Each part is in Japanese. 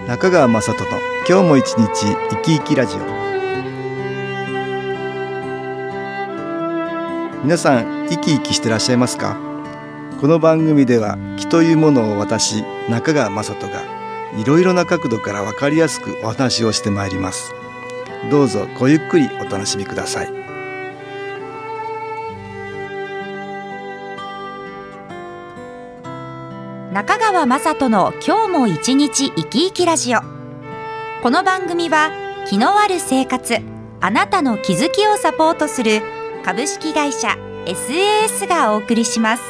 中川雅人の今日も一日生き生きラジオ。皆さん生き生きしてらっしゃいますか？この番組では気というものを私中川雅人がいろいろな角度から分かりやすくお話をしてまいります。どうぞごゆっくりお楽しみください。 中川雅人の今日も一日生き生きラジオ。この番組は気のある生活、あなたの気づきをサポートする株式会社 SAS がお送りします。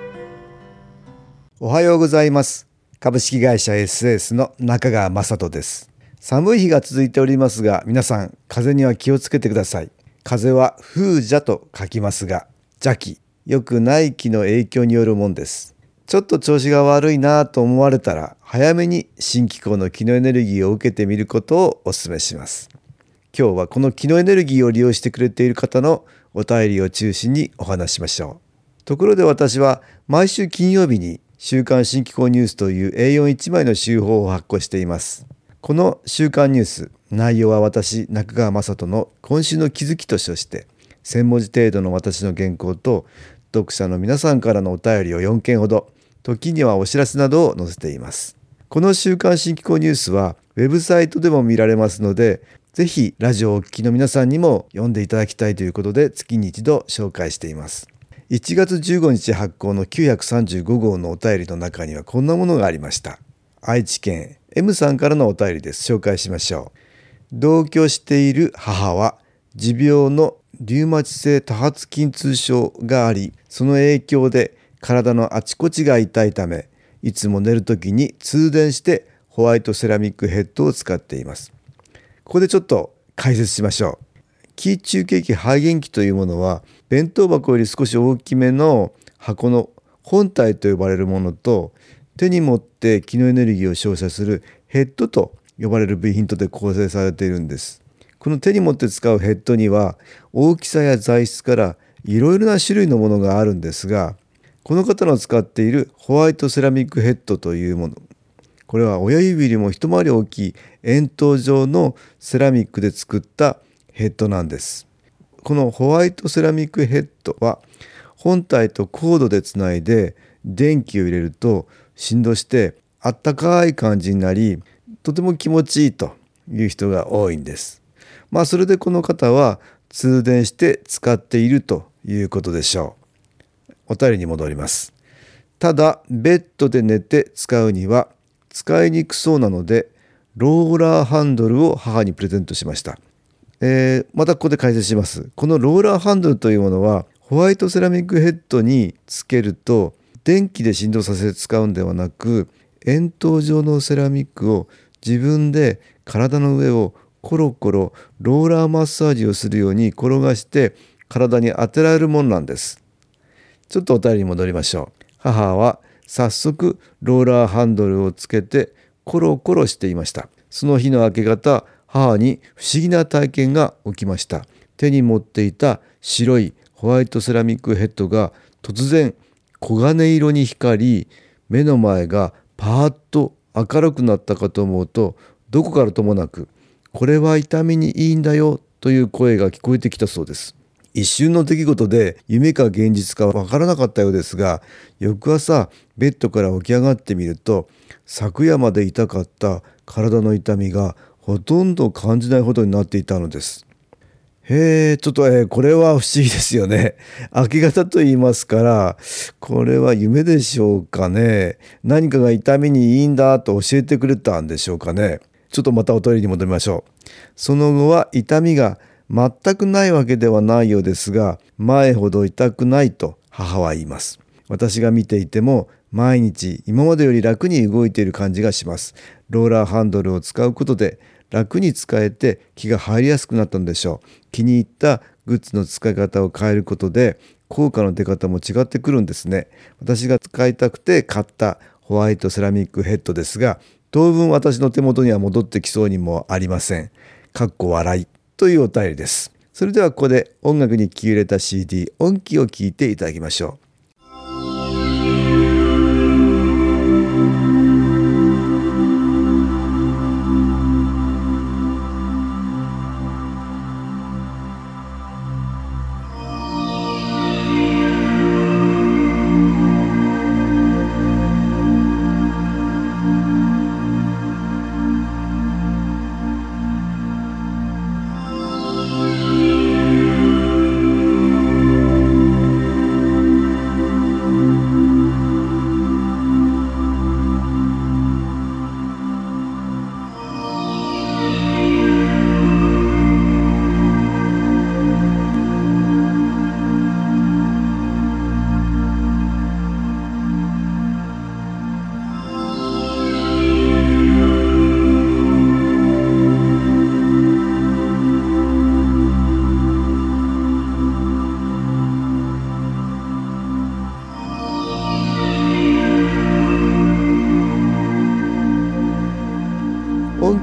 おはようございます。株式会社 SAS の中川雅人です。寒い日が続いておりますが、皆さん風には気をつけてください。風は風邪と書きますが、邪気、良くない気の影響によるもんです。ちょっと調子が悪いなと思われたら、早めに新気候の気のエネルギーを受けてみることをお勧めします。今日はこの気のエネルギーを利用してくれている方のお便りを中心にお話ししましょう。ところで私は毎週金曜日に週刊新気候ニュースという A41 枚の週報を発行しています。この週刊ニュース、内容は私中川雅人の今週の気づきと称して、1000文字程度の私の原稿と読者の皆さんからのお便りを4件ほど、時にはお知らせなどを載せています。この週刊新気候ニュースはウェブサイトでも見られますので、ぜひラジオをお聞きの皆さんにも読んでいただきたいということで、月に一度紹介しています。1月15日発行の935号のお便りの中にはこんなものがありました。愛知県 M さんからのお便りです。紹介しましょう。同居している母は持病のリウマチ性多発筋痛症があり、その影響で体のあちこちが痛いため、いつも寝るときに通電してホワイトセラミックヘッドを使っています。ここでちょっと解説しましょう。気中継機肺元機というものは、弁当箱より少し大きめの箱の本体と呼ばれるものと、手に持って気のエネルギーを照射するヘッドと呼ばれる部品とで構成されているんです。この手に持って使うヘッドには、大きさや材質からいろいろな種類のものがあるんですが、この方の使っているホワイトセラミックヘッドというもの、これは親指よりも一回り大きい円筒状のセラミックで作ったヘッドなんです。このホワイトセラミックヘッドは本体とコードでつないで電気を入れると振動してあったかい感じになり、とても気持ちいいという人が多いんです。それでこの方は通電して使っているということでしょう。お便りに戻ります。ただベッドで寝て使うには使いにくそうなので、ローラーハンドルを母にプレゼントしました。またここで解説します。このローラーハンドルというものは、ホワイトセラミックヘッドにつけると電気で振動させて使うんではなく、円筒状のセラミックを自分で体の上をコロコロローラーマッサージをするように転がして体に当てられるものなんです。ちょっとお便りに戻りましょう。母は早速ローラーハンドルをつけてコロコロしていました。その日の明け方、母に不思議な体験が起きました。手に持っていた白いホワイトセラミックヘッドが突然黄金色に光り、目の前がパーッと明るくなったかと思うと、どこからともなく、これは痛みにいいんだよという声が聞こえてきたそうです。一瞬の出来事で夢か現実かわからなかったようですが、翌朝ベッドから起き上がってみると、昨夜まで痛かった体の痛みがほとんど感じないほどになっていたのです。ちょっとこれは不思議ですよね。明け方と言いますから、これは夢でしょうかね。何かが痛みにいいんだと教えてくれたんでしょうかね。ちょっとまたお便りに戻りましょう。その後は痛みが全くないわけではないようですが、前ほど痛くないと母は言います。私が見ていても毎日今までより楽に動いている感じがします。ローラーハンドルを使うことで楽に使えて気が入りやすくなったのでしょう。気に入ったグッズの使い方を変えることで効果の出方も違ってくるんですね。私が使いたくて買ったホワイトセラミックヘッドですが、当分私の手元には戻ってきそうにもありません。笑いというお便りです。それではここで音楽に気を入れた CD 音気を聴いていただきましょう。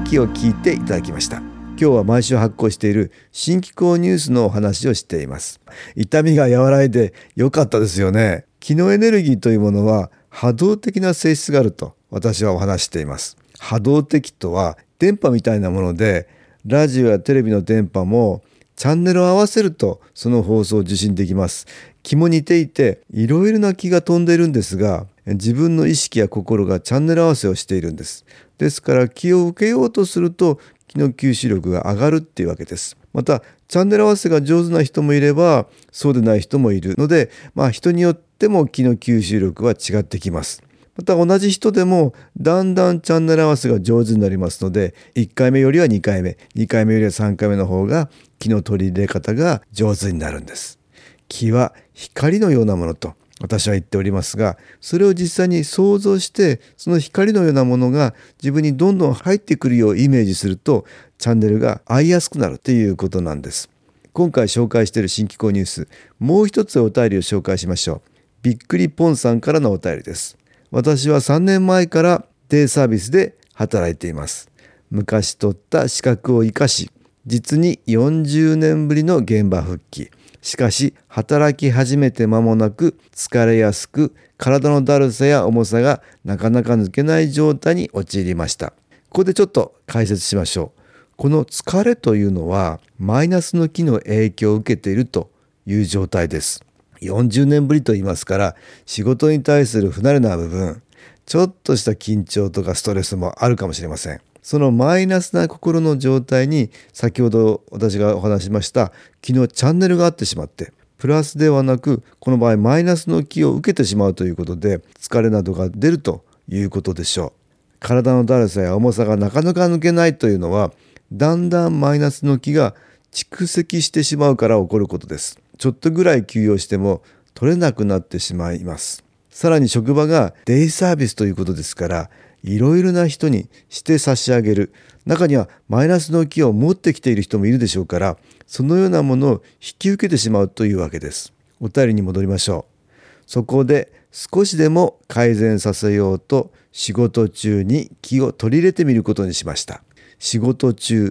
気を聞いていただきました。今日は毎週発行している新機構ニュースのお話をしています。痛みが和らいで良かったですよね。気のエネルギーというものは波動的な性質があると私はお話しています。波動的とは電波みたいなもので、ラジオやテレビの電波もチャンネルを合わせるとその放送を受信できます。気も似ていていろいろな気が飛んでいるんですが、自分の意識や心がチャンネル合わせをしているんです。ですから気を受けようとすると気の吸収力が上がるっていうわけです。またチャンネル合わせが上手な人もいればそうでない人もいるので、人によっても気の吸収力は違ってきます。また同じ人でもだんだんチャンネル合わせが上手になりますので、1回目よりは2回目、2回目よりは3回目の方が気の取り入れ方が上手になるんです。気は光のようなものと私は言っておりますが、それを実際に想像してその光のようなものが自分にどんどん入ってくるようイメージするとチャンネルが合いやすくなるということなんです。今回紹介している新機構ニュース、もう一つお便りを紹介しましょう。びっくりポンさんからのお便りです。私は3年前からデイサービスで働いています。昔取った資格を生かし、実に40年ぶりの現場復帰。しかし働き始めて間もなく疲れやすく、体のだるさや重さがなかなか抜けない状態に陥りました。ここでちょっと解説しましょう。この疲れというのはマイナスの気の影響を受けているという状態です。40年ぶりと言いますから、仕事に対する不慣れな部分、ちょっとした緊張とかストレスもあるかもしれません。そのマイナスな心の状態に先ほど私がお話ししました気のチャンネルが合ってしまって、プラスではなくこの場合マイナスの気を受けてしまうということで疲れなどが出るということでしょう。体のだるさや重さがなかなか抜けないというのは、だんだんマイナスの気が蓄積してしまうから起こることです。ちょっとぐらい休養しても取れなくなってしまいます。さらに職場がデイサービスということですから、いろいろな人にして差し上げる。中にはマイナスの気を持ってきている人もいるでしょうから、そのようなものを引き受けてしまうというわけです。お便りに戻りましょう。そこで少しでも改善させようと仕事中に気を取り入れてみることにしました。仕事中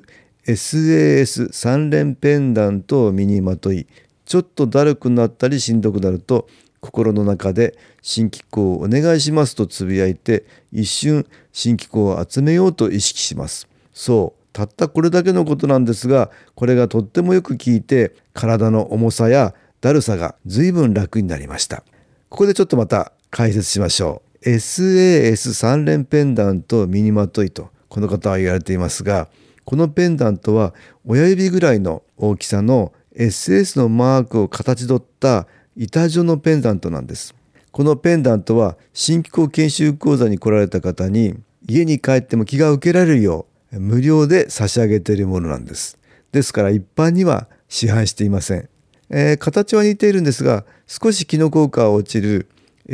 SAS3 連ペンダントを身にまとい、ちょっとだるくなったりしんどくなると心の中で新機構をお願いしますとつぶやいて、一瞬新機構を集めようと意識します。そう、たったこれだけのことなんですが、これがとってもよく効いて体の重さやだるさが随分楽になりました。ここでちょっとまた解説しましょう。 SAS3 連ペンダントを身にまといとこの方は言われていますが、このペンダントは親指ぐらいの大きさの SS のマークを形取った板状のペンダントなんです。このペンダントは新機構研修講座に来られた方に家に帰っても気が受けられるよう無料で差し上げているものなんです。ですから一般には市販していません。形は似ているんですが、少し気の効果が落ちる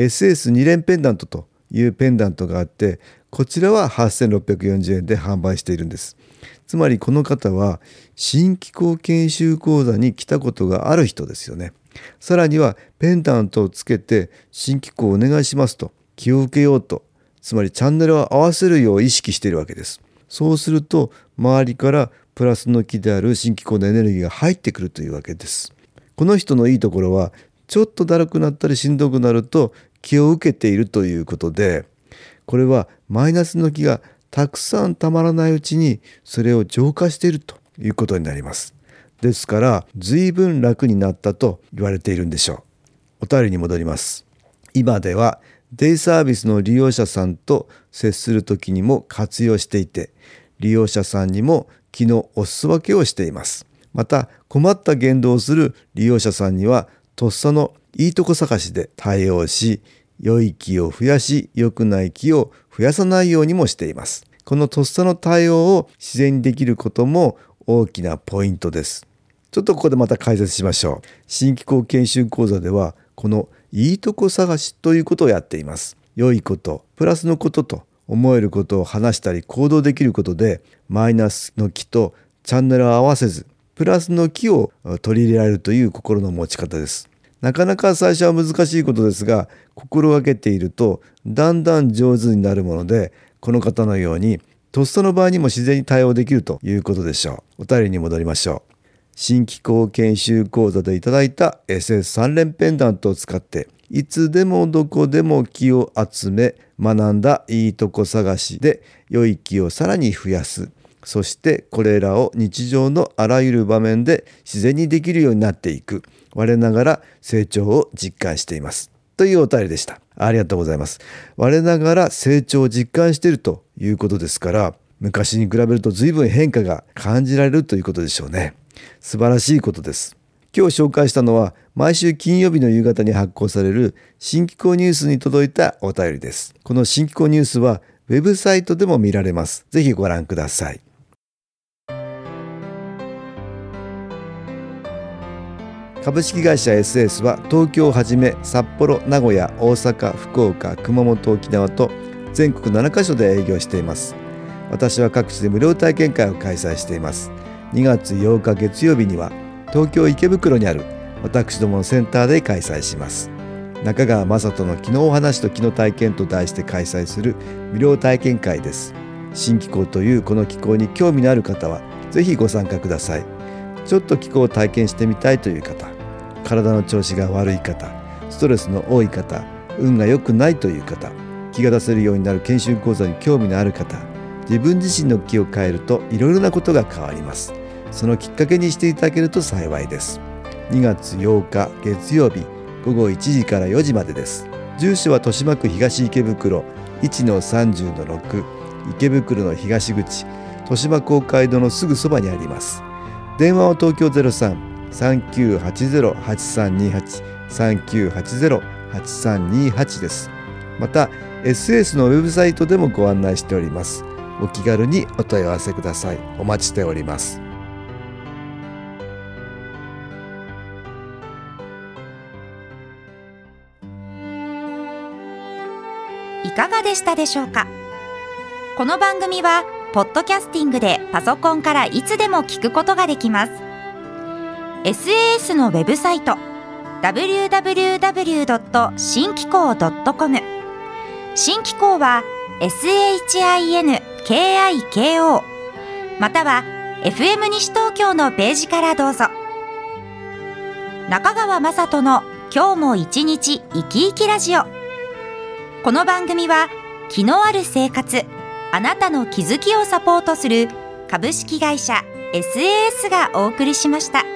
SS2 連ペンダントというペンダントがあって、こちらは8640円で販売しているんです。つまりこの方は新機構研修講座に来たことがある人ですよね。さらにはペンダントをつけて新機構をお願いしますと気を受けようと、つまりチャンネルを合わせるよう意識しているわけです。そうすると周りからプラスの気である新機構のエネルギーが入ってくるというわけです。この人のいいところは、ちょっとだるくなったりしんどくなると気を受けているということで、これはマイナスの気がたくさんたまらないうちにそれを浄化しているということになります。ですから随分楽になったと言われているんでしょう。お便りに戻ります。今ではデイサービスの利用者さんと接するときにも活用していて、利用者さんにも気のお裾分けをしています。また困った言動をする利用者さんにはとっさのいいとこ探しで対応し、良い気を増やし良くない気を増やさないようにもしています。このとっさの対応を自然にできることも大きなポイントです。ちょっとここでまた解説しましょう。新機構研修講座ではこのいいとこ探しということをやっています。良いこと、プラスのことと思えることを話したり行動できることで、マイナスの気とチャンネルを合わせずプラスの気を取り入れられるという心の持ち方です。なかなか最初は難しいことですが、心がけているとだんだん上手になるもので、この方のようにとっさの場合にも自然に対応できるということでしょう。お便りに戻りましょう。新機構研修講座でいただいた SS3 連ペンダントを使っていつでもどこでも気を集め、学んだいいとこ探しで良い気をさらに増やす。そしてこれらを日常のあらゆる場面で自然にできるようになっていく。我ながら成長を実感しています。というお便りでした。ありがとうございます。我ながら成長を実感しているということですから、昔に比べると随分変化が感じられるということでしょうね。素晴らしいことです。今日紹介したのは毎週金曜日の夕方に発行される新機構ニュースに届いたお便りです。この新機構ニュースはウェブサイトでも見られます。ぜひご覧ください。株式会社 SS は東京をはじめ札幌、名古屋、大阪、福岡、熊本、沖縄と全国7カ所で営業しています。私は各地で無料体験会を開催しています。2月8日月曜日には東京池袋にある私どものセンターで開催します。中川雅人の気のお話と気の体験と題して開催する無料体験会です。新気候というこの気候に興味のある方はぜひご参加ください。ちょっと気候を体験してみたいという方、体の調子が悪い方、ストレスの多い方、運が良くないという方、気が出せるようになる研修講座に興味のある方、自分自身の気を変えるといろいろなことが変わります。そのきっかけにしていただけると幸いです。2月8日月曜日午後1時から4時までです。住所は豊島区東池袋 1-30-6 池袋の東口豊島公会堂のすぐそばにあります。電話は東京 03-3980-8328 3980-8328 です。また SS のウェブサイトでもご案内しております。お気軽にお問い合わせください。お待ちしております。 いかがでしたでしょうか。この番組はポッドキャスティングでパソコンからいつでも聞くことができます。 SAS のウェブサイト www.新機構.com 新機構は SHINKIKO または FM 西東京のページからどうぞ。中川雅人の今日も一日生き生きラジオ。この番組は気のある生活、あなたの気づきをサポートする株式会社 SAS がお送りしました。